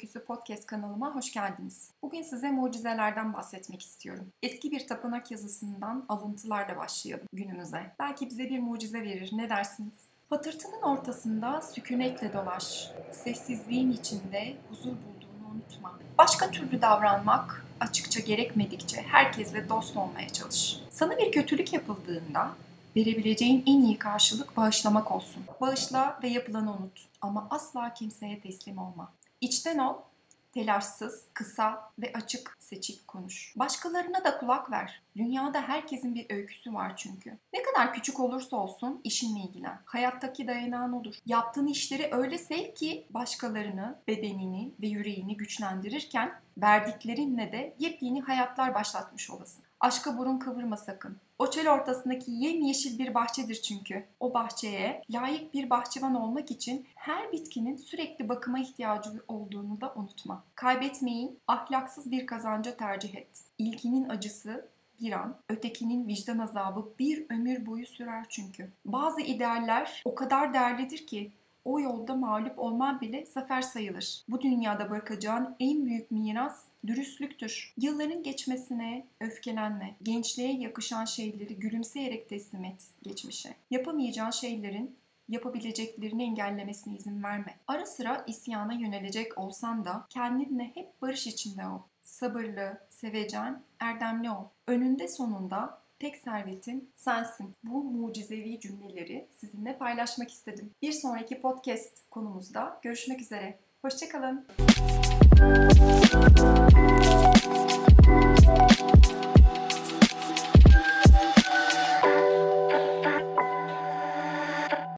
Öyküsü podcast kanalıma hoş geldiniz. Bugün size mucizelerden bahsetmek istiyorum. Eski bir tapınak yazısından alıntılarla başlayalım günümüze. Belki bize bir mucize verir, ne dersiniz? Patırtının ortasında sükunetle dolaş. Sessizliğin içinde huzur bulduğunu unutma. Başka türlü davranmak açıkça gerekmedikçe herkesle dost olmaya çalış. Sana bir kötülük yapıldığında verebileceğin en iyi karşılık bağışlamak olsun. Bağışla ve yapılanı unut. Ama asla kimseye teslim olma. İçten ol, telaşsız, kısa ve açık seçik konuş. Başkalarına da kulak ver. Dünyada herkesin bir öyküsü var çünkü. Ne kadar küçük olursa olsun işinle ilgilen. Hayattaki dayanağın odur. Yaptığın işleri öyle sev ki başkalarını, bedenini ve yüreğini güçlendirirken verdiklerinle de yepyeni hayatlar başlatmış olasın. Aşka burun kıvırma sakın. O çöl ortasındaki yemyeşil bir bahçedir çünkü. O bahçeye layık bir bahçıvan olmak için her bitkinin sürekli bakıma ihtiyacı olduğunu da unutma. Kaybetmeyi ahlaksız bir kazanca tercih et. İlkinin acısı bir an, ötekinin vicdan azabı bir ömür boyu sürer çünkü. Bazı idealler o kadar değerlidir ki o yolda mağlup olman bile zafer sayılır. Bu dünyada bırakacağın en büyük miras dürüstlüktür. Yılların geçmesine öfkelenme. Gençliğe yakışan şeyleri gülümseyerek teslim et geçmişe. Yapamayacağın şeylerin yapabileceklerini engellemesine izin verme. Ara sıra isyana yönelecek olsan da kendinle hep barış içinde ol. Sabırlı, sevecen, erdemli ol. Önünde sonunda tek servetin sensin. Bu mucizevi cümleleri sizinle paylaşmak istedim. Bir sonraki podcast konumuzda görüşmek üzere. Hoşça kalın.